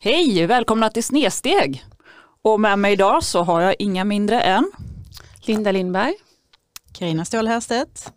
Hej, välkomna till Snedsteg. Och med mig idag så har jag inga mindre än Linda Lindberg. Carina Ståhl Härstedt.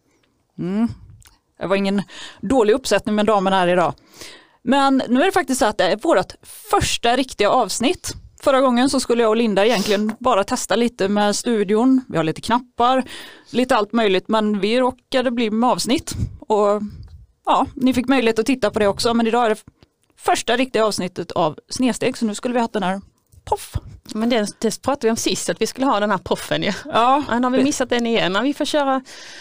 Det var ingen dålig uppsättning med damerna här idag. Men nu är det faktiskt så att det är vårt första riktiga avsnitt. Förra gången så skulle jag och Linda egentligen bara testa lite med studion. Vi har lite knappar, lite allt möjligt, men vi råkade bli med avsnitt. Och ja, ni fick möjlighet att titta på det också, men idag är det första riktiga avsnittet av Snedsteg, så nu skulle vi ha den här poff. Men det pratade vi om sist, att vi skulle ha den här poffen ju. Ja. Nu har vi missat den igen. Vi får köra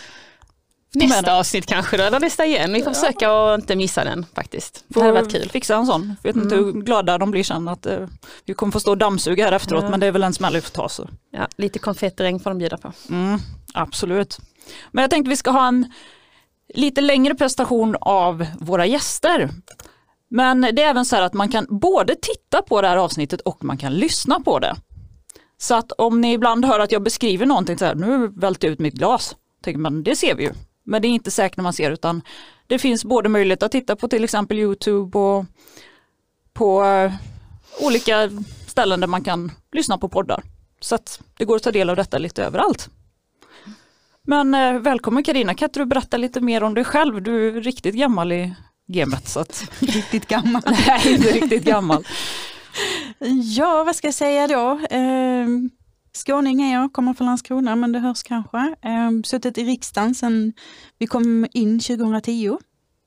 nästa avsnitt kanske då, eller nästa igen. Vi får försöka att inte missa den faktiskt. Det hade varit kul. Fixa en sån. Jag vet inte hur glada de blir sen att vi kommer få stå och dammsuga här efteråt, men det är väl en smäll vi får ta så. Ja, lite konfettiregn får de bjuda på. Absolut. Men jag tänkte vi ska ha en lite längre presentation av våra gäster. Men det är även så här att man kan både titta på det här avsnittet och man kan lyssna på det. Så att om ni ibland hör att jag beskriver någonting så här, nu välter jag ut mitt glas, tänker man, det ser vi ju. Men det är inte säkert när man ser, utan det finns både möjlighet att titta på till exempel YouTube och på olika ställen där man kan lyssna på poddar. Så att det går att ta del av detta lite överallt. Men välkommen Carina, kan inte du berätta lite mer om dig själv? Du är riktigt gammal i gamet. Så att... Riktigt gammal. Nej, inte riktigt gammal. Ja, vad ska jag säga då? Skåning är jag, kommer från Landskrona, men det hörs kanske. Suttit i riksdagen sedan vi kom in 2010.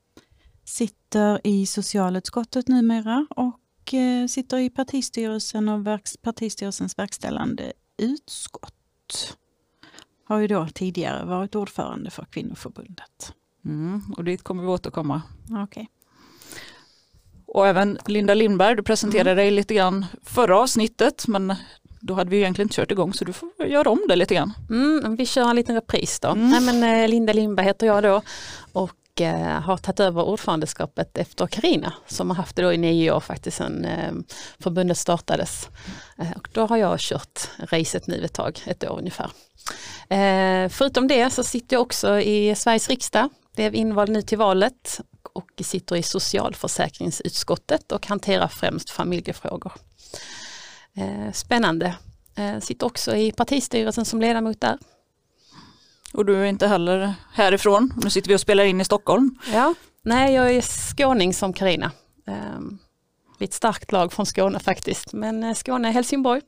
Sitter i socialutskottet numera och sitter i partistyrelsen och partistyrelsens verkställande utskott. Har ju då tidigare varit ordförande för Kvinnoförbundet. Och dit kommer vi återkomma. Okej. Och även Linda Lindberg, du presenterade dig lite grann förra avsnittet, men då hade vi egentligen inte kört igång, så du får göra om det lite grann. Vi kör en liten repris då. Nej, men Linda Lindberg heter jag då och har tagit över ordförandeskapet efter Carina som har haft det då i 9 år faktiskt sedan förbundet startades. Och då har jag kört racet nu ett år ungefär. Förutom det så sitter jag också i Sveriges riksdag, blev invald nu till valet och sitter i socialförsäkringsutskottet och hanterar främst familjefrågor. Spännande. Sitter också i partistyrelsen som ledamot där. Och du är inte heller härifrån, nu sitter vi och spelar in i Stockholm. Ja, nej jag är skåning som Carina. Vi är ett starkt lag från Skåne faktiskt, men Skåne är Helsingborg.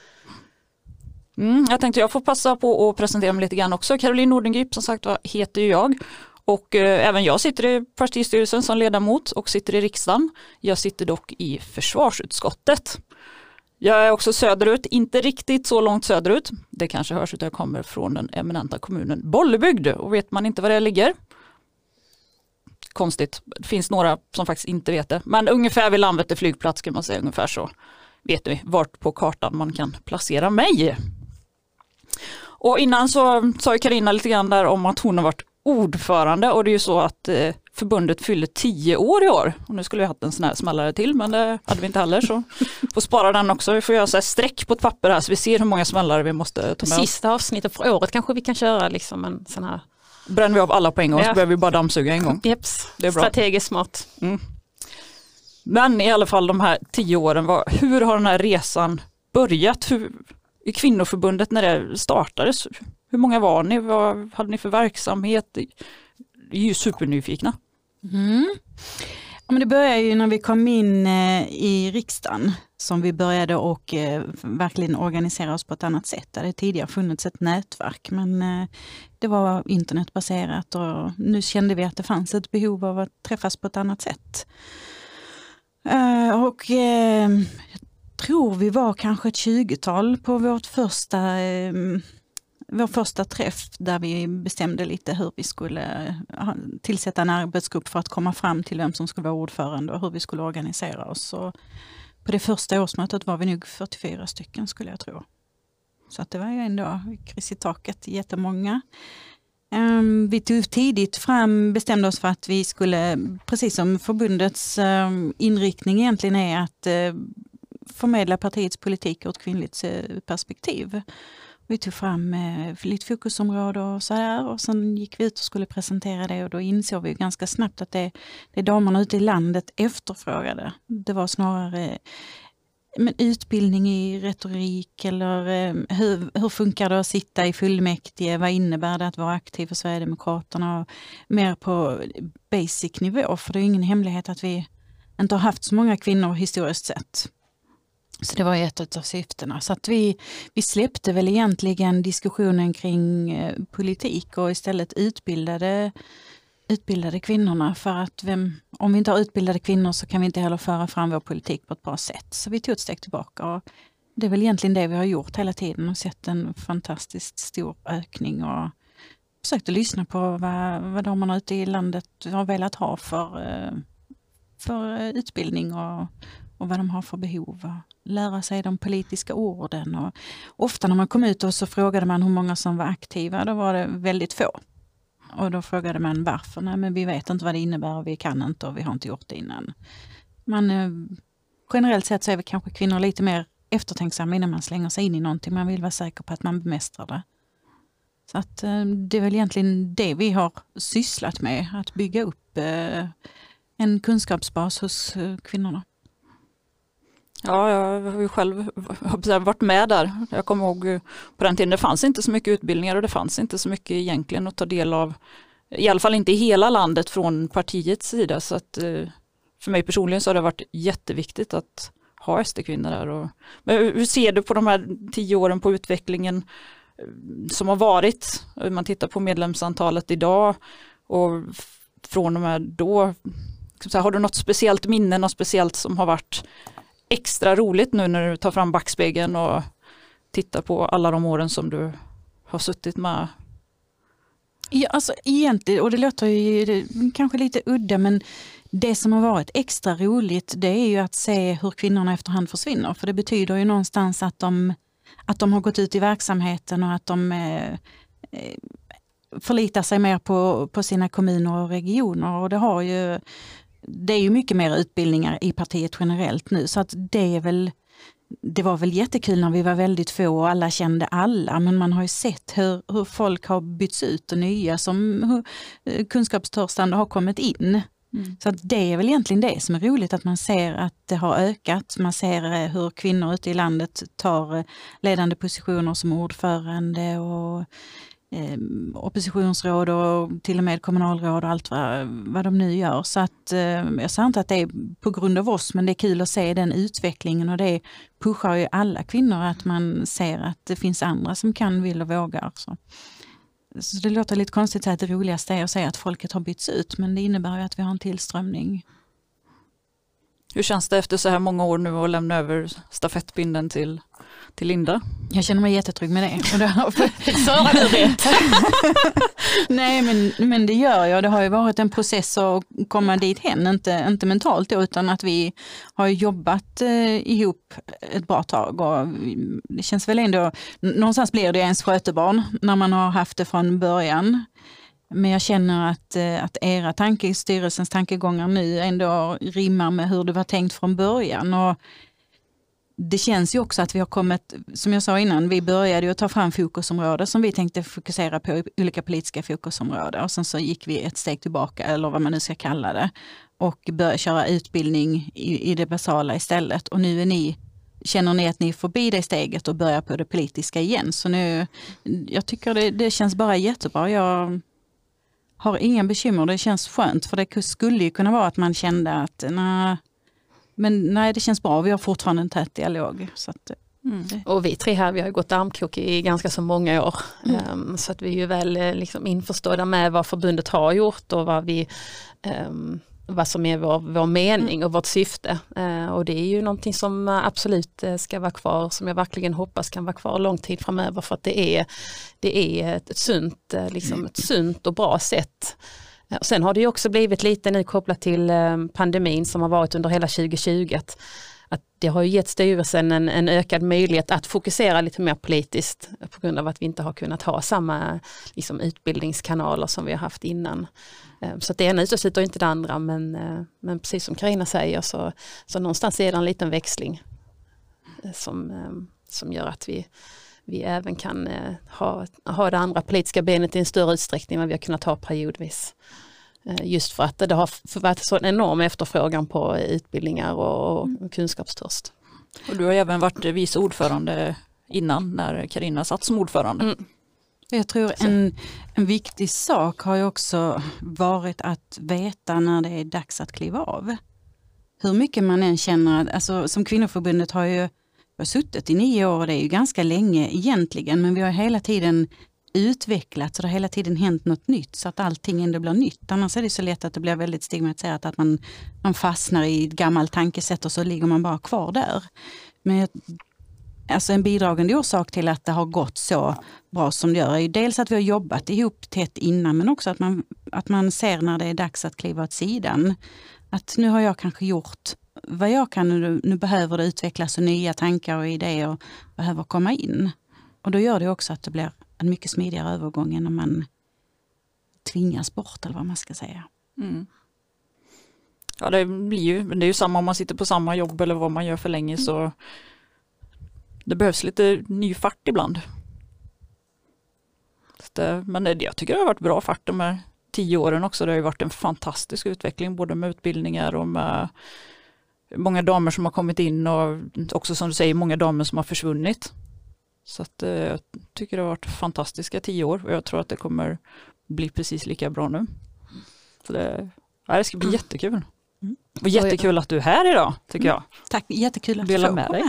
Jag tänkte jag får passa på att presentera mig lite grann också. Caroline Nordengrip som sagt heter ju jag. Och även jag sitter i partistyrelsen som ledamot och sitter i riksdagen. Jag sitter dock i försvarsutskottet. Jag är också söderut, inte riktigt så långt söderut. Det kanske hörs att jag kommer från den eminenta kommunen Bollebygd. Och vet man inte var det ligger? Konstigt, det finns några som faktiskt inte vet det. Men ungefär vid Landvetter flygplats kan man säga, ungefär så vet vi vart på kartan man kan placera mig. Och innan så sa Carina lite grann där om att hon har varit ordförande, och det är ju så att förbundet fyller 10 år i år. Och nu skulle vi haft en sån här smällare till, men det hade vi inte heller, så får spara den också. Vi får göra så här streck på ett papper här så vi ser hur många smällare vi måste ta med. Sista avsnittet för året kanske vi kan köra liksom en sån här. Bränner vi av alla på en gång så behöver vi bara dammsuga en gång. Jeps, det är bra. Strategiskt smart. Men i alla fall de här 10 åren, hur har den här resan börjat? I kvinnoförbundet när det startades, hur många var ni? Vad hade ni för verksamhet? Vi är ju supernyfikna. Ja, men det började ju när vi kom in i riksdagen som vi började och verkligen organisera oss på ett annat sätt. Det hade tidigare funnits ett nätverk, men det var internetbaserat och nu kände vi att det fanns ett behov av att träffas på ett annat sätt. Och jag tror vi var kanske ett 20-tal på vår första träff där vi bestämde lite hur vi skulle tillsätta en arbetsgrupp för att komma fram till vem som skulle vara ordförande och hur vi skulle organisera oss. Och på det första årsmötet var vi nog 44 stycken skulle jag tro. Så att det var ju ändå kryss i taket, jättemånga. Vi tog tidigt bestämde oss för att vi skulle, precis som förbundets inriktning egentligen är, att förmedla partiets politik ur ett kvinnligt perspektiv. Vi tog fram lite fokusområden och sådär och sen gick vi ut och skulle presentera det och då insåg vi ganska snabbt att det damerna ute i landet efterfrågade. Det var snarare utbildning i retorik eller hur funkar det att sitta i fullmäktige, vad innebär det att vara aktiv för Sverigedemokraterna, och mer på basic nivå, för det är ingen hemlighet att vi inte har haft så många kvinnor historiskt sett. Så det var ett av syftena. Så att vi släppte väl egentligen diskussionen kring politik och istället utbildade kvinnorna, för att om vi inte har utbildade kvinnor så kan vi inte heller föra fram vår politik på ett bra sätt. Så vi tog ett steg tillbaka och det är väl egentligen det vi har gjort hela tiden och sett en fantastiskt stor ökning och försökt att lyssna på vad de ute i landet har velat ha för utbildning och vad de har för behov. Lära sig de politiska orden. Och ofta när man kom ut och så frågade man hur många som var aktiva, då var det väldigt få. Och då frågade man varför. Nej, men vi vet inte vad det innebär och vi kan inte och vi har inte gjort det innan. Generellt sett så är vi kanske kvinnor lite mer eftertänksamma innan man slänger sig in i någonting. Man vill vara säker på att man bemästrar det. Så att det är väl egentligen det vi har sysslat med. Att bygga upp en kunskapsbas hos kvinnorna. Ja, jag har ju själv varit med där. Jag kommer ihåg på den tiden det fanns inte så mycket utbildningar och det fanns inte så mycket egentligen att ta del av. I alla fall inte i hela landet från partiets sida. Så att för mig personligen så har det varit jätteviktigt att ha SD-kvinnor där. Men hur ser du på de här 10 åren på utvecklingen som har varit? Man tittar på medlemsantalet idag och från och med då. Har du något speciellt minne, något speciellt som har varit extra roligt nu när du tar fram backspegeln och tittar på alla de åren som du har suttit med? Ja, alltså egentligen, och det låter ju kanske lite udda, men det som har varit extra roligt, det är ju att se hur kvinnorna efterhand försvinner. För det betyder ju någonstans att de har gått ut i verksamheten och att de förlitar sig mer på sina kommuner och regioner. Och det är ju mycket mer utbildningar i partiet generellt nu, så att det var väl jättekul när vi var väldigt få och alla kände alla, men man har ju sett hur folk har bytts ut och nya som kunskapstörstande har kommit in. Så att det är väl egentligen det som är roligt, att man ser att det har ökat. Man ser hur kvinnor ute i landet tar ledande positioner som ordförande och oppositionsråd och till och med kommunalråd och allt vad de nu gör. Så att jag säger inte att det är på grund av oss, men det är kul att se den utvecklingen, och det pushar ju alla kvinnor att man ser att det finns andra som kan, vill och vågar. Så det låter lite konstigt att det roligaste är att säga att folket har bytts ut, men det innebär ju att vi har en tillströmning. Hur känns det efter så här många år nu att lämna över stafettpinnen till Linda? Jag känner mig jättetrygg med det. Sa du det? Nej, men det gör jag. Det har ju varit en process att komma dit hen, inte mentalt då, utan att vi har jobbat ihop ett bra tag. Och det känns väl ändå, någonstans blir det ens skötebarn när man har haft det från början. Men jag känner att era styrelsens tankegångar nu ändå rimmar med hur det var tänkt från början. Och det känns ju också att vi har kommit, som jag sa innan, vi började ju att ta fram fokusområden som vi tänkte fokusera på, olika politiska fokusområden. Och sen så gick vi ett steg tillbaka, eller vad man nu ska kalla det, och började köra utbildning i det basala istället. Och nu känner ni att ni är förbi det steget och börjar på det politiska igen. Så nu, jag tycker det känns bara jättebra. Jag har inga bekymmer, det känns skönt, för det skulle ju kunna vara att man kände att nej, det känns bra. Vi har fortfarande en tät dialog. Så att, Och vi tre här, vi har ju gått armkrok i ganska så många år. Så att vi är ju väl liksom införstådda med vad förbundet har gjort och vad som är vår mening och vårt syfte. Och det är ju någonting som absolut ska vara kvar, som jag verkligen hoppas kan vara kvar lång tid framöver, för att det är ett sunt och bra sätt. Och sen har det ju också blivit lite nu kopplat till pandemin som har varit under hela 2020, att det har ju gett styrelsen en ökad möjlighet att fokusera lite mer politiskt på grund av att vi inte har kunnat ha samma utbildningskanaler som vi har haft innan. Så att det ena utesluter inte det andra, men precis som Carina säger så någonstans är det en liten växling som gör att vi även kan ha det andra politiska benet i en större utsträckning än vad vi har kunnat ha periodvis. Just för att det har varit så en enorm efterfrågan på utbildningar och kunskapstörst. Och du har även varit vice ordförande innan när Carina satt som ordförande. Mm. Jag tror en viktig sak har ju också varit att veta när det är dags att kliva av. Hur mycket man än känner, alltså som kvinnoförbundet har ju suttit i 9 år, det är ju ganska länge egentligen, men vi har hela tiden utvecklats och det har hela tiden hänt något nytt så att allting ändå blir nytt. Annars är det så lätt att det blir väldigt stigmatiserat att man fastnar i ett gammalt tankesätt och så ligger man bara kvar där. Men alltså en bidragande orsak till att det har gått så bra som det gör är ju dels att vi har jobbat ihop tätt innan, men också att man ser när det är dags att kliva åt sidan. Att nu har jag kanske gjort vad jag kan, nu behöver det utvecklas och nya tankar och idéer behöver komma in. Och då gör det också att det blir en mycket smidigare övergång än när man tvingas bort eller vad man ska säga. Mm. Ja, det är ju samma om man sitter på samma jobb eller vad man gör för länge, så det behövs lite ny fart ibland. Men jag tycker det har varit bra fart de här 10 åren också. Det har ju varit en fantastisk utveckling både med utbildningar och med många damer som har kommit in och också som du säger många damer som har försvunnit. Så att jag tycker det har varit fantastiska 10 år och jag tror att det kommer bli precis lika bra nu. Så det ska bli jättekul. Och jättekul att du är här idag tycker jag. Tack, jättekul att du får med dig.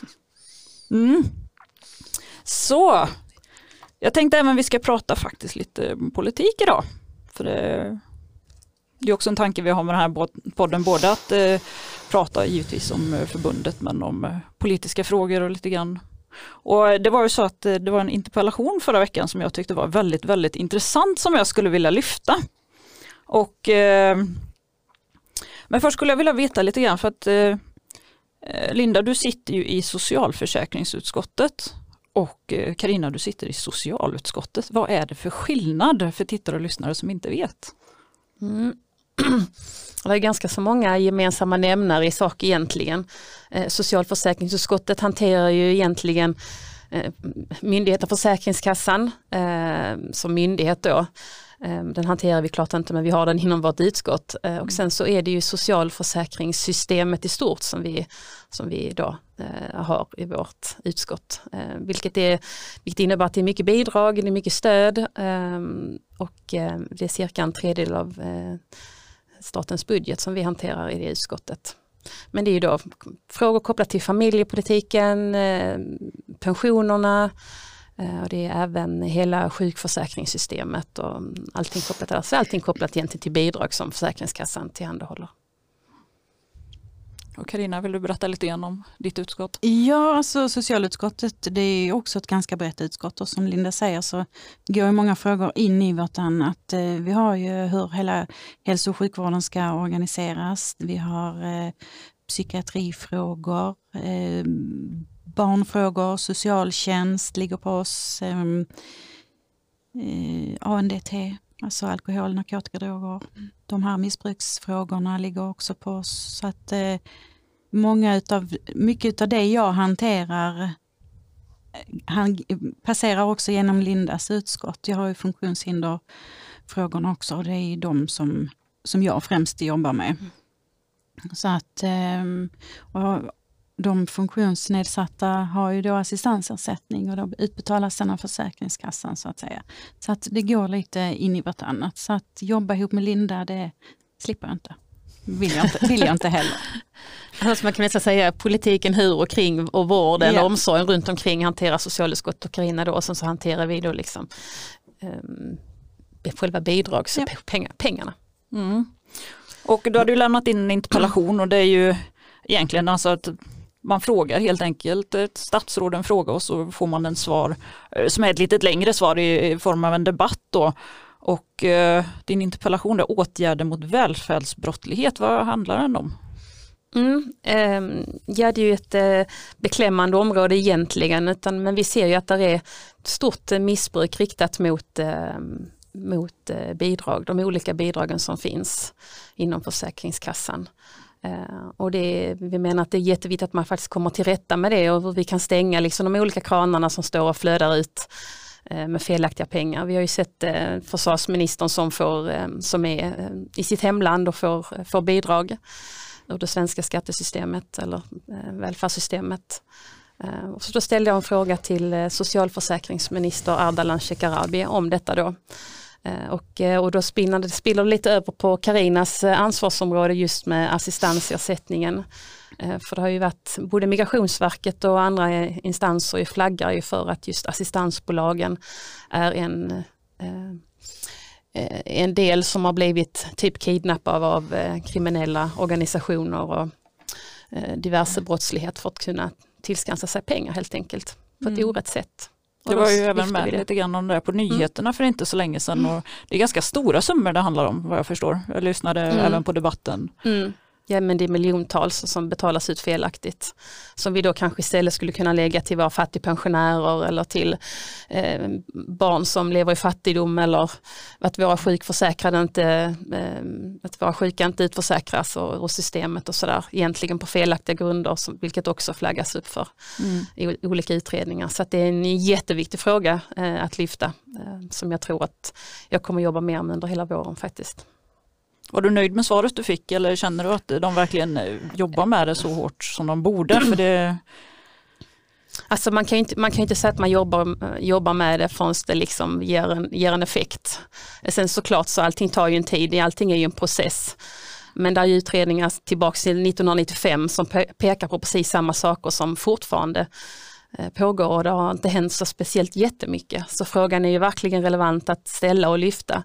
Så, jag tänkte även vi ska prata faktiskt lite politik idag. För det är också en tanke vi har med den här podden, både att prata givetvis om förbundet men om politiska frågor och lite grann. Och det var ju så att det var en interpellation förra veckan som jag tyckte var väldigt, väldigt intressant som jag skulle vilja lyfta. Och men först skulle jag vilja veta lite grann för att Linda, du sitter ju i socialförsäkringsutskottet och Carina, du sitter i socialutskottet. Vad är det för skillnad för tittare och lyssnare som inte vet? Det är ganska så många gemensamma nämnare i sak egentligen. Socialförsäkringsutskottet hanterar ju egentligen myndigheten Försäkringskassan som myndighet då. Den hanterar vi klart inte, men vi har den inom vårt utskott. Och sen så är det ju socialförsäkringssystemet i stort som vi då har i vårt utskott. Vilket innebär att det är mycket bidrag, det är mycket stöd och det är cirka 1/3 av statens budget som vi hanterar i det utskottet. Men det är ju då frågor kopplat till familjepolitiken, pensionerna, och det är även hela sjukförsäkringssystemet och allting kopplat egentligen till bidrag som Försäkringskassan tillhandahåller. Och Carina, vill du berätta lite grann om ditt utskott? Ja, alltså socialutskottet det är också ett ganska brett utskott och som Linda säger så går ju många frågor in i vartannat. Vi har ju hur hela hälso- och sjukvården ska organiseras. Vi har psykiatrifrågor, barnfrågor, socialtjänst ligger på oss, ANDT, alltså alkohol, narkotika, droger. De här missbruksfrågorna ligger också på oss. Så att mycket av det jag hanterar passerar också genom Lindas utskott. Jag har ju funktionshinderfrågorna också och det är de som jag främst jobbar med. Så att de funktionsnedsatta har ju då assistansersättning och då utbetalas den av Försäkringskassan så att säga. Så att det går lite in i vartannat. Så att jobba ihop med Linda, det slipper jag inte. Vill jag inte heller. Alltså man kan nästan säga politiken hur och kring och vården och omsorgen runt omkring hanterar socialutskott och Carina då och sen så hanterar vi då liksom själva bidragspengarna. Mm. Och då har du lämnat in en interpellation och det är ju egentligen alltså att man frågar helt enkelt, statsråden frågar och så får man en svar som är ett lite längre svar i form av en debatt då. Och din interpellation är åtgärder mot välfärdsbrottslighet, vad handlar den om? Ja, det är ju ett beklämmande område egentligen, men vi ser ju att det är stort missbruk riktat mot bidrag, de olika bidragen som finns inom Försäkringskassan. Och vi menar att det är jätteviktigt att man faktiskt kommer till rätta med det och vi kan stänga liksom de olika kranarna som står och flödar ut med felaktiga pengar. Vi har ju sett försvarsministern som är i sitt hemland och får bidrag ur det svenska skattesystemet eller välfärdssystemet. Och så då ställde jag en fråga till socialförsäkringsminister Ardalan Shekarabi om detta då. Och då spiller lite över på Carinas ansvarsområde just med assistansersättningen. För det har ju varit både Migrationsverket och andra instanser flaggar ju för att just assistansbolagen är en del som har blivit typ kidnappad av kriminella organisationer och diverse brottslighet för att kunna tillskansa sig pengar helt enkelt på ett orätt sätt. Det var ju även med lite grann om det på nyheterna för inte så länge sedan och det är ganska stora summor det handlar om vad jag förstår. Jag lyssnade även på debatten. Ja, men det är miljontals som betalas ut felaktigt. Som vi då kanske istället skulle kunna lägga till våra fattigpensionärer eller till barn som lever i fattigdom eller att våra sjukförsäkrade att våra sjuka inte utförsäkras och systemet och sådär. Egentligen på felaktiga grunder, vilket också flaggas upp för i olika utredningar. Så att det är en jätteviktig fråga att lyfta som jag tror att jag kommer jobba mer med under hela våren faktiskt. Var du nöjd med svaret du fick eller känner du att de verkligen jobbar med det så hårt som de borde? För det... Alltså man kan ju inte säga att man jobbar med det förrän det liksom ger en effekt. Sen såklart så allting tar ju en tid, allting är ju en process. Men det är ju utredningar tillbaka till 1995 som pekar på precis samma saker som fortfarande pågår och det har inte hänt så speciellt jättemycket. Så frågan är ju verkligen relevant att ställa och lyfta.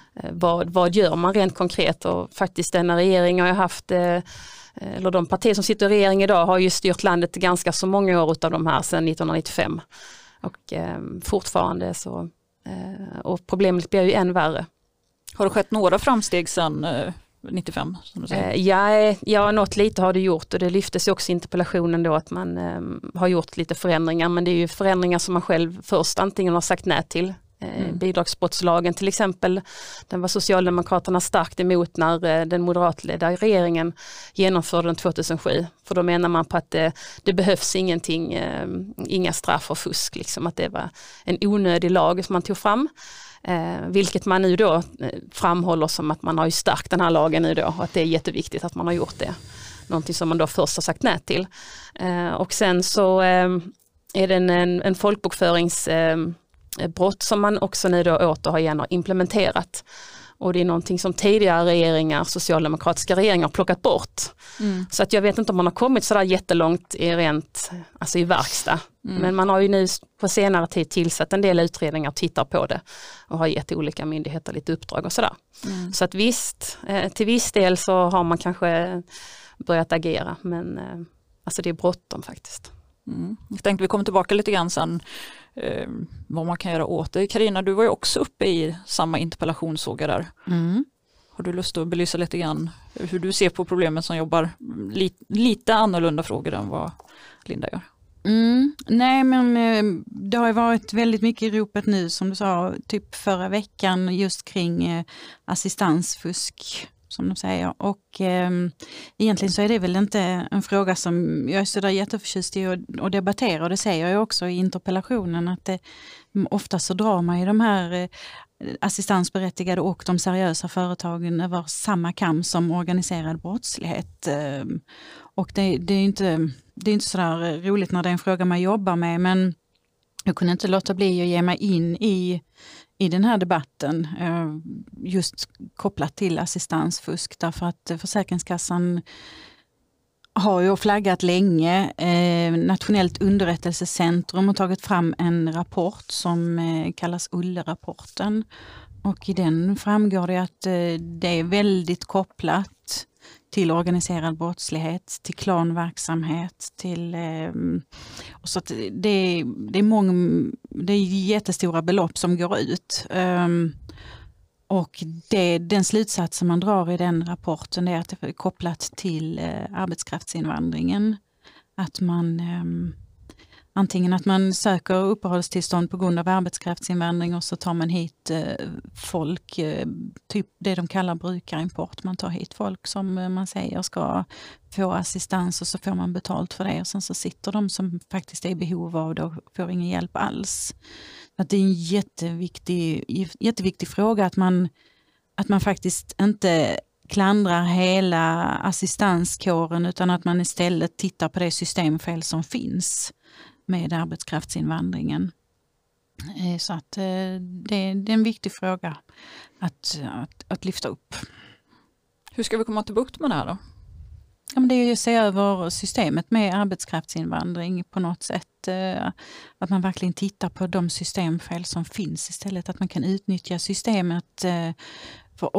Vad gör man rent konkret och faktiskt denna regering har ju haft, eller de partier som sitter i regering idag har ju styrt landet ganska så många år utav de här sedan 1995 och fortfarande så, och problemet blir ju än värre. Har det skett några framsteg sedan 95? Som du säger? Ja, något lite har det gjort och det lyftes också i interpellationen då att man har gjort lite förändringar men det är ju förändringar som man själv först antingen har sagt nej till. Bidragsbrottslagen till exempel, den var Socialdemokraterna starkt emot när den moderatledda regeringen genomförde den 2007. För då menar man på att det behövs inga straff och fusk, liksom, att det var en onödig lag som man tog fram. Vilket man nu då framhåller som att man har ju stärkt den här lagen nu då och att det är jätteviktigt att man har gjort det. Någonting som man då först har sagt nej till. Och sen så är det en folkbokföringsbrott som man också nu då åter har implementerat. Och det är någonting som tidigare regeringar, socialdemokratiska regeringar har plockat bort. Så att jag vet inte om man har kommit sådär jättelångt i verkstad. Men man har ju nu på senare tid tillsatt en del utredningar och tittar på det. Och har gett olika myndigheter lite uppdrag och sådär. Så att visst, till viss del så har man kanske börjat agera. Men alltså det är bråttom faktiskt. Jag tänkte vi kommer tillbaka lite grann sen vad man kan göra åt det. Carina, du var ju också uppe i samma interpellationssåga där. Har du lust att belysa lite grann hur du ser på problemet som jobbar lite annorlunda frågor än vad Linda gör? Nej, men det har ju varit väldigt mycket i ropet nu som du sa typ förra veckan just kring assistansfusk som de säger. Och egentligen så är det väl inte en fråga som jag är så där jätteförtjust i att debattera. Och det säger jag också i interpellationen att ofta så drar man ju de här assistansberättigade och de seriösa företagen över samma kam som organiserad brottslighet. Och det är inte så där roligt när det är en fråga man jobbar med, men jag kunde inte låta bli att ge mig in i den här debatten just kopplat till assistansfusk därför att Försäkringskassan har ju flaggat länge. Nationellt underrättelsecentrum har tagit fram en rapport som kallas Ulle-rapporten och i den framgår det att det är väldigt kopplat till organiserad brottslighet, till klanverksamhet, till och så att det är jättestora belopp som går ut. Och den slutsatsen man drar i den rapporten är att det är kopplat till arbetskraftsinvandringen. antingen att man söker uppehållstillstånd på grund av arbetskraftsinvandring och så tar man hit folk, typ det de kallar brukarimport. Man tar hit folk som man säger ska få assistans och så får man betalt för det. Och sen så sitter de som faktiskt är i behov av det och får ingen hjälp alls. Att det är en jätteviktig fråga att man faktiskt inte klandrar hela assistanskåren utan att man istället tittar på det systemfel som finns med arbetskraftsinvandringen. Så att det är en viktig fråga att lyfta upp. Hur ska vi komma till bukt med det här då? Ja, men det är ju att se över systemet med arbetskraftsinvandring på något sätt. Att man verkligen tittar på de systemfel som finns istället. Att man kan utnyttja systemet. För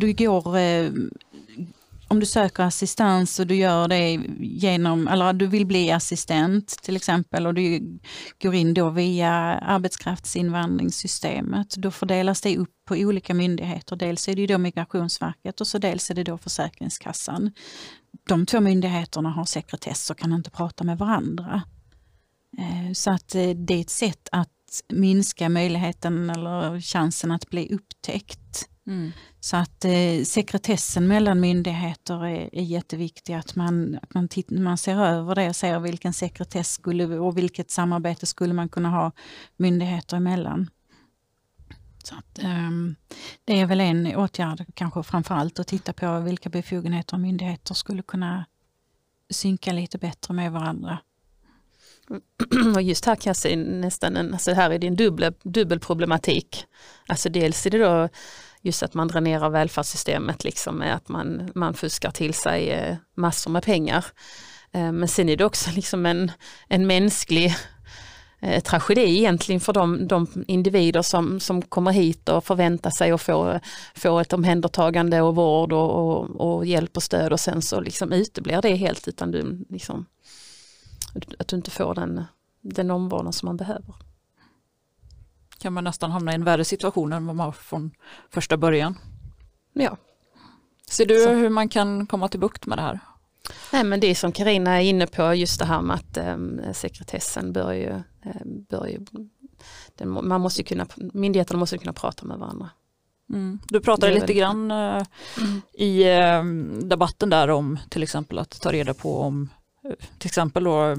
om du söker assistans och du gör det eller du vill bli assistent till exempel och du går in då via arbetskraftsinvandringssystemet, då fördelas det upp på olika myndigheter. Dels är det då Migrationsverket och så dels är det då Försäkringskassan. De 2 myndigheterna har sekretess och kan inte prata med varandra. Så att det är ett sätt att minska möjligheten eller chansen att bli upptäckt. Mm. Så att sekretessen mellan myndigheter är jätteviktig, att man ser över det och ser vilken sekretess och vilket samarbete skulle man kunna ha myndigheter emellan. Så att, det är väl en åtgärd kanske framförallt att titta på vilka befogenheter myndigheter skulle kunna synka lite bättre med varandra. Och just här kan jag se nästan här är det en dubbel problematik. Alltså dels är det då just att man dränerar välfärdssystemet liksom med att man fuskar till sig massor med pengar. Men sen är det också liksom en mänsklig tragedi egentligen för de individer som kommer hit och förväntar sig att få ett omhändertagande och vård och hjälp och stöd och sen så liksom uteblir det helt utan du liksom att du inte får den omvårdnad som man behöver. Kan man nästan hamna i en värre situation än vad man har från första början. Ja. Ser du hur man kan komma till bukt med det här? Nej, men det är som Carina är inne på, just det här med att sekretessen bör ju myndigheterna måste kunna prata med varandra. Mm. Du pratade lite grann i debatten där om till exempel att ta reda på om till exempel då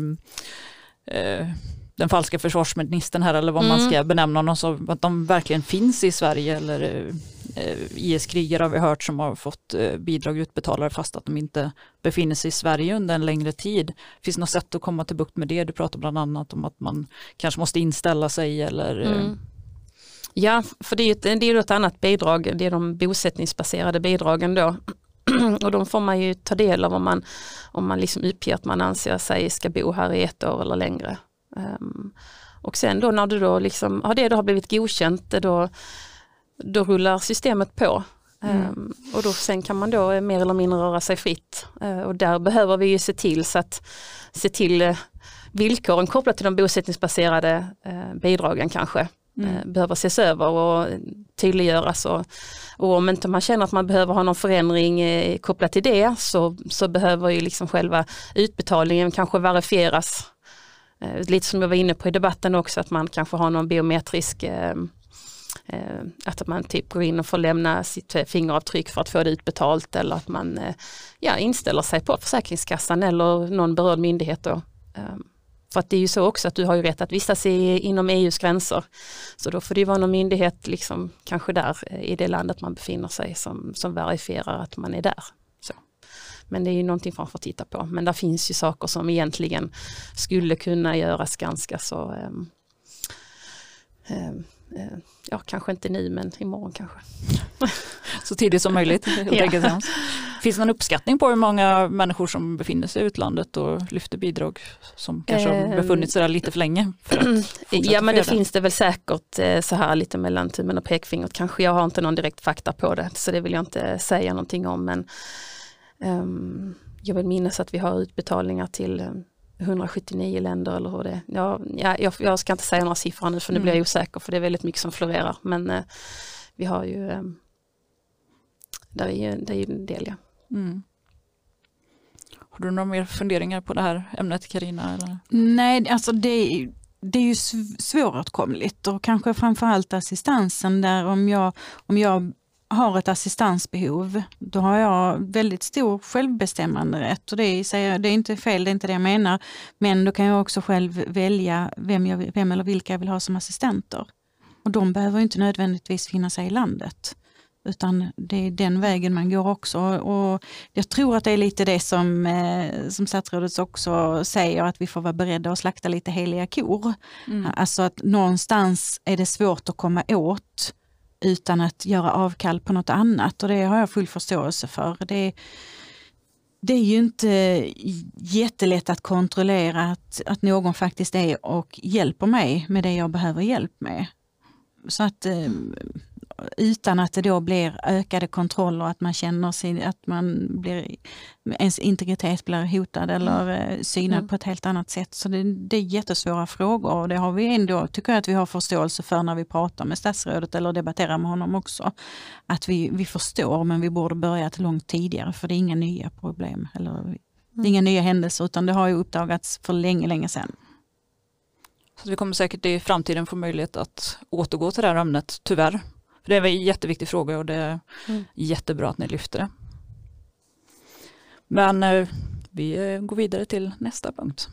den falska försvarsministern här eller vad man ska benämna honom, så att de verkligen finns i Sverige eller IS-krigare har vi hört som har fått bidrag utbetalare fast att de inte befinner sig i Sverige under en längre tid. Finns det något sätt att komma till bukt med det? Du pratar bland annat om att man kanske måste inställa sig eller... Ja, för det är ju ett annat bidrag, det är de bosättningsbaserade bidragen då. Och de får man ju ta del av om man liksom uppger att man anser sig ska bo här i 1 år eller längre. Och sen då när du då liksom har blivit godkänt, då rullar systemet på. Och då sen kan man då mer eller mindre röra sig fritt. Och där behöver vi ju se till villkoren kopplat till de bosättningsbaserade bidragen kanske. Behöver ses över och tydliggöras och om inte man känner att man behöver ha någon förändring kopplat till det så behöver ju liksom själva utbetalningen kanske verifieras. Lite som jag var inne på i debatten också, att man kanske har någon biometrisk att man typ går in och får lämna sitt fingeravtryck för att få det utbetalt eller att man inställer sig på Försäkringskassan eller någon berörd myndighet då. För att det är ju så också att du har ju rätt att vistas inom EUs gränser. Så då får det ju vara någon myndighet liksom, kanske där i det landet man befinner sig som verifierar att man är där. Så. Men det är ju någonting man får titta på. Men där finns ju saker som egentligen skulle kunna göras ganska så... kanske inte nu men imorgon kanske. Så tidigt som möjligt. Ja. Finns det någon uppskattning på hur många människor som befinner sig i utlandet och lyfter bidrag som kanske har befunnit sig där lite för länge? Ja, men det finns det väl säkert så här lite mellan tummen och pekfingret. Kanske jag har inte någon direkt fakta på det så det vill jag inte säga någonting om. Men jag vill minnas att vi har utbetalningar till 179 länder eller hur det är. Jag ska inte säga några siffror nu för nu blir jag osäker för det är väldigt mycket som florerar. Men vi har ju, det är ju en del, ja. Har du några mer funderingar på det här ämnet, Carina? Eller? Nej, alltså det är ju svåråtkomligt och kanske framförallt assistansen där om jag har ett assistansbehov, då har jag väldigt stor självbestämmanderätt och det är inte fel, det är inte det jag menar, men då kan jag också själv välja vem eller vilka jag vill ha som assistenter. Och de behöver inte nödvändigtvis finna sig i landet, utan det är den vägen man går också. Och jag tror att det är lite det som statsrådet också säger, att vi får vara beredda att slakta lite heliga kor. Alltså att någonstans är det svårt att komma åt utan att göra avkall på något annat, och det har jag full förståelse för. Det är ju inte jättelätt att kontrollera att någon faktiskt är och hjälper mig med det jag behöver hjälp med. Så att utan att det då blir ökade kontroller, att man känner sig att ens integritet blir hotad eller synad på ett helt annat sätt. Så det är jättesvåra frågor, och det har vi ändå, tycker jag att vi har förståelse för när vi pratar med statsrådet eller debatterar med honom också. Att vi förstår, men vi borde börjat långt tidigare, för det är inga nya problem eller det är inga nya händelser, utan det har ju uppdagats för länge sedan. Så vi kommer säkert i framtiden få möjlighet att återgå till det här ämnet, tyvärr. För det är en jätteviktig fråga och det är jättebra att ni lyfter det. Men vi går vidare till nästa punkt.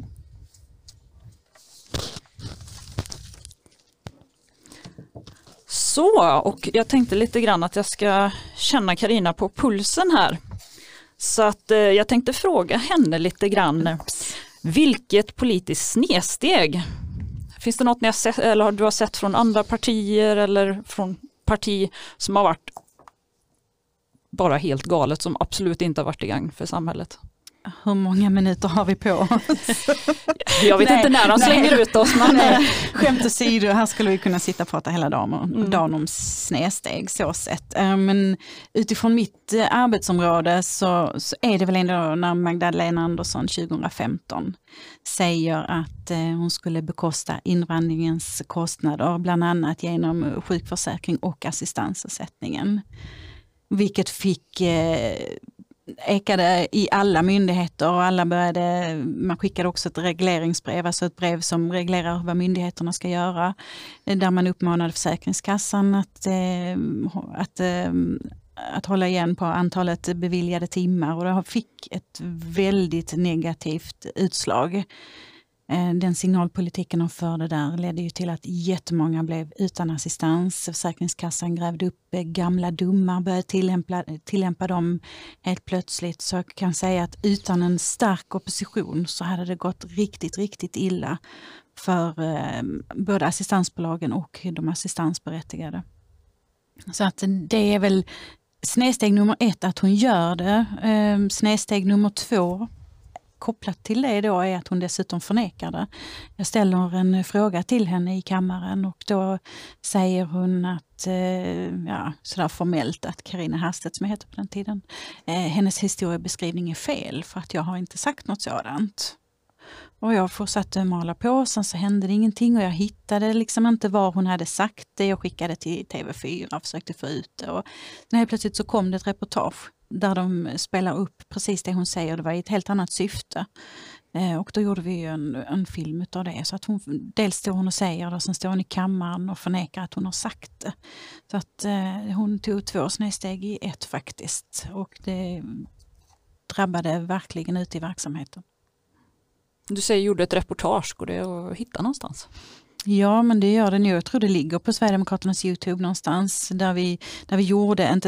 Så, och jag tänkte lite grann att jag ska känna Carina på pulsen här. Så att jag tänkte fråga henne lite grann. Vilket politiskt snedsteg? Finns det något ni har sett, eller du har sett från andra partier eller från parti som har varit bara helt galet, som absolut inte har varit i gang för samhället? Hur många minuter har vi på oss? Jag vet inte när de slänger ut oss. Men skämt åsido, här skulle vi kunna sitta och prata hela dagen om snedsteg så sett. Men utifrån mitt arbetsområde så är det väl ändå när Magdalena Andersson 2015 säger att hon skulle bekosta invandringens kostnader, bland annat genom sjukförsäkring och assistansersättningen. Vilket fick ekade i alla myndigheter, och man skickade också ett regleringsbrev, alltså ett brev som reglerar vad myndigheterna ska göra, där man uppmanade Försäkringskassan att hålla igen på antalet beviljade timmar, och det fick ett väldigt negativt utslag. Den signalpolitiken de förde där ledde ju till att jättemånga blev utan assistans. Försäkringskassan grävde upp gamla domar, började tillämpa dem helt plötsligt. Så jag kan säga att utan en stark opposition så hade det gått riktigt, riktigt illa för både assistansbolagen och de assistansberättigade. Så att det är väl snedsteg nummer 1 att hon gör det. Snedsteg nummer 2 kopplat till det då är att hon dessutom förnekar det. Jag ställer en fråga till henne i kammaren och då säger hon att, sådär formellt, att Carina Herstedt, som jag heter på den tiden, hennes historiebeskrivning är fel för att jag har inte sagt något sådant. Och jag fortsatte mala på, sen så hände det ingenting och jag hittade liksom inte var hon hade sagt det. Jag skickade till TV4 och försökte få ut det. Och helt plötsligt så kom det ett reportage där de spelar upp precis det hon säger. Det var i ett helt annat syfte. Och då gjorde vi ju en film av det. Så att dels står hon och säger det och sen står hon i kammaren och förnekar att hon har sagt det. Så att hon tog 2 snedsteg i 1 faktiskt. Och det drabbade verkligen ut i verksamheten. Du säger gjorde ett reportage, går det att hitta någonstans? Ja, men det gör det nu. Jag tror det ligger på Sverigedemokraternas YouTube någonstans. Där vi gjorde,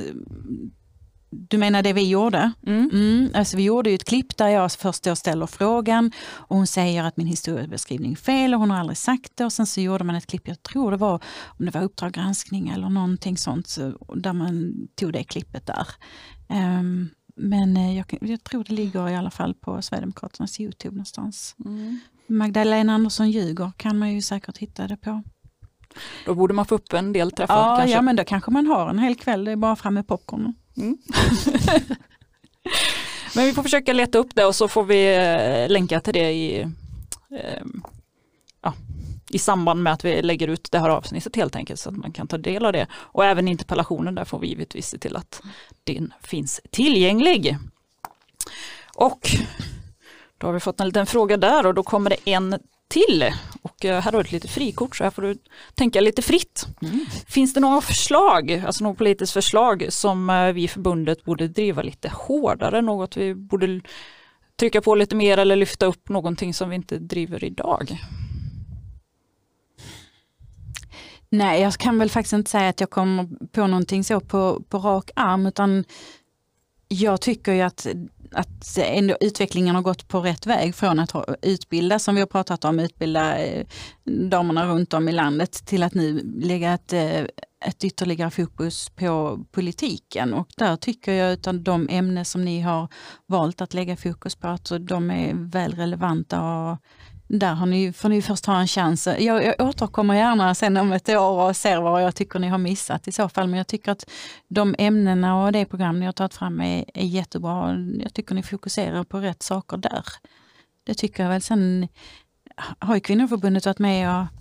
du menar det vi gjorde? Alltså vi gjorde ju ett klipp där jag först då ställer frågan och hon säger att min historiebeskrivning är fel och hon har aldrig sagt det. Och sen så gjorde man ett klipp, jag tror det var, om det var Uppdrag granskning eller någonting sånt, där man tog det klippet där. Men jag tror det ligger i alla fall på Sverigedemokraternas YouTube någonstans. Magdalena Andersson ljuger kan man ju säkert hitta det på. Då borde man få upp en del träffar kanske. Ja, men då kanske man har en hel kväll, det är bara fram med popcorn. Men vi får försöka leta upp det och så får vi länka till det i samband med att vi lägger ut det här avsnittet helt enkelt, så att man kan ta del av det. Och även interpellationen, där får vi givetvis se till att den finns tillgänglig. Och då har vi fått en liten fråga där och då kommer det en till. Och här har du ett litet frikort så här får du tänka lite fritt. Finns det några förslag, alltså något politiskt förslag som vi i förbundet borde driva lite hårdare? Något vi borde trycka på lite mer eller lyfta upp någonting som vi inte driver idag? Nej, jag kan väl faktiskt inte säga att jag kommer på någonting så på rak arm, utan jag tycker ju att ändå utvecklingen har gått på rätt väg från att utbilda, som vi har pratat om, utbilda damerna runt om i landet till att nu lägga ett ytterligare fokus på politiken. Och där tycker jag att de ämnen som ni har valt att lägga fokus på, att de är väl relevanta och där får ni först ha en chans. Jag återkommer gärna sen om ett år och ser vad jag tycker ni har missat i så fall. Men jag tycker att de ämnena och det program ni har tagit fram är jättebra. Jag tycker ni fokuserar på rätt saker där. Det tycker jag väl. Sen har ju Kvinnoförbundet varit med och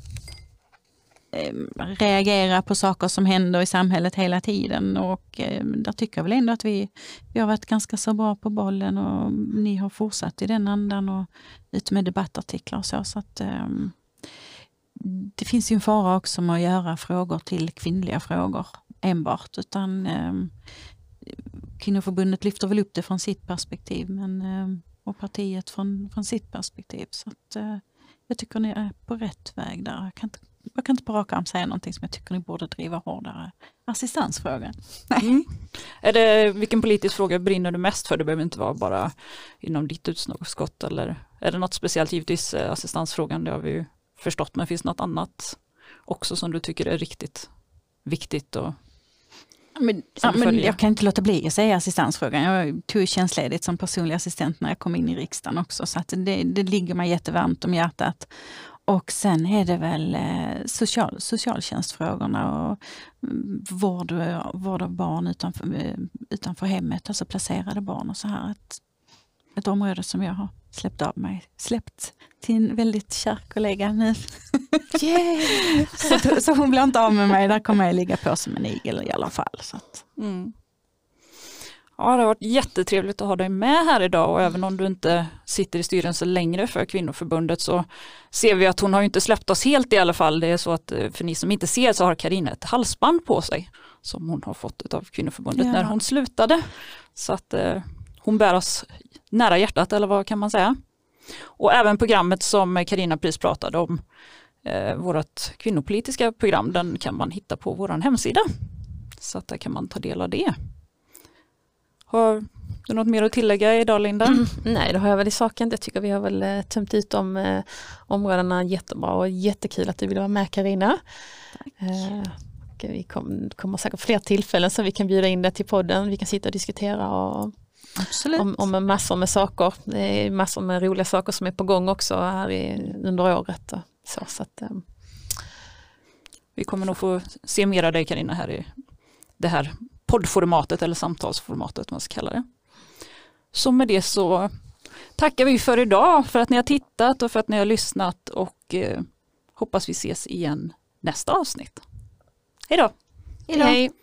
reagera på saker som händer i samhället hela tiden. Och där tycker jag väl ändå att vi har varit ganska så bra på bollen och ni har fortsatt i den andan och ut med debattartiklar och så att det finns ju en fara också med att göra frågor till kvinnliga frågor enbart, utan Kvinnoförbundet lyfter väl upp det från sitt perspektiv och partiet från sitt perspektiv, så att jag tycker ni är på rätt väg där. Jag kan inte på rak arm säga någonting som jag tycker ni borde driva hårdare. Assistansfrågan. Vilken politisk fråga brinner du mest för? Det behöver inte vara bara inom ditt utskott, eller är det något speciellt? Givetvis assistansfrågan, det har vi ju förstått, men finns det något annat också som du tycker är riktigt viktigt? Men jag kan inte låta bli att säga assistansfrågan. Jag tog tjänstledigt som personlig assistent när jag kom in i riksdagen också, så att det ligger mig jättevarmt om hjärtat. Och sen är det väl socialtjänstfrågorna och vård av barn utanför hemmet, alltså placerade barn och så här. Ett område som jag har släppt till en väldigt kär kollega nu. Yeah. så hon blir inte av med mig, där kommer jag ligga på som en igel i alla fall. Så att. Ja, det har varit jättetrevligt att ha dig med här idag, och även om du inte sitter i styrelsen längre för Kvinnoförbundet så ser vi att hon har inte släppt oss helt i alla fall. Det är så att för ni som inte ser så har Carina ett halsband på sig som hon har fått av Kvinnoförbundet när hon slutade. Så att hon bär oss nära hjärtat, eller vad kan man säga. Och även programmet som Carina precis pratade om, vårt kvinnopolitiska program, den kan man hitta på vår hemsida. Så att där kan man ta del av det. Har du något mer att tillägga idag, Linda? Nej, det har jag väl i saken. Jag tycker vi har väl tömt ut de områdena jättebra, och jättekul att du vill vara med, Carina. Vi kommer säkert fler tillfällen så vi kan bjuda in dig till podden. Vi kan sitta och diskutera om massor med saker. Det är massor med roliga saker som är på gång också här under året. Så att, vi kommer nog få se mer av dig, Carina, här i det här poddformatet eller samtalsformatet, man ska kalla det. Så med det så tackar vi för idag, för att ni har tittat och för att ni har lyssnat, och hoppas vi ses igen nästa avsnitt. Hej då! Hej!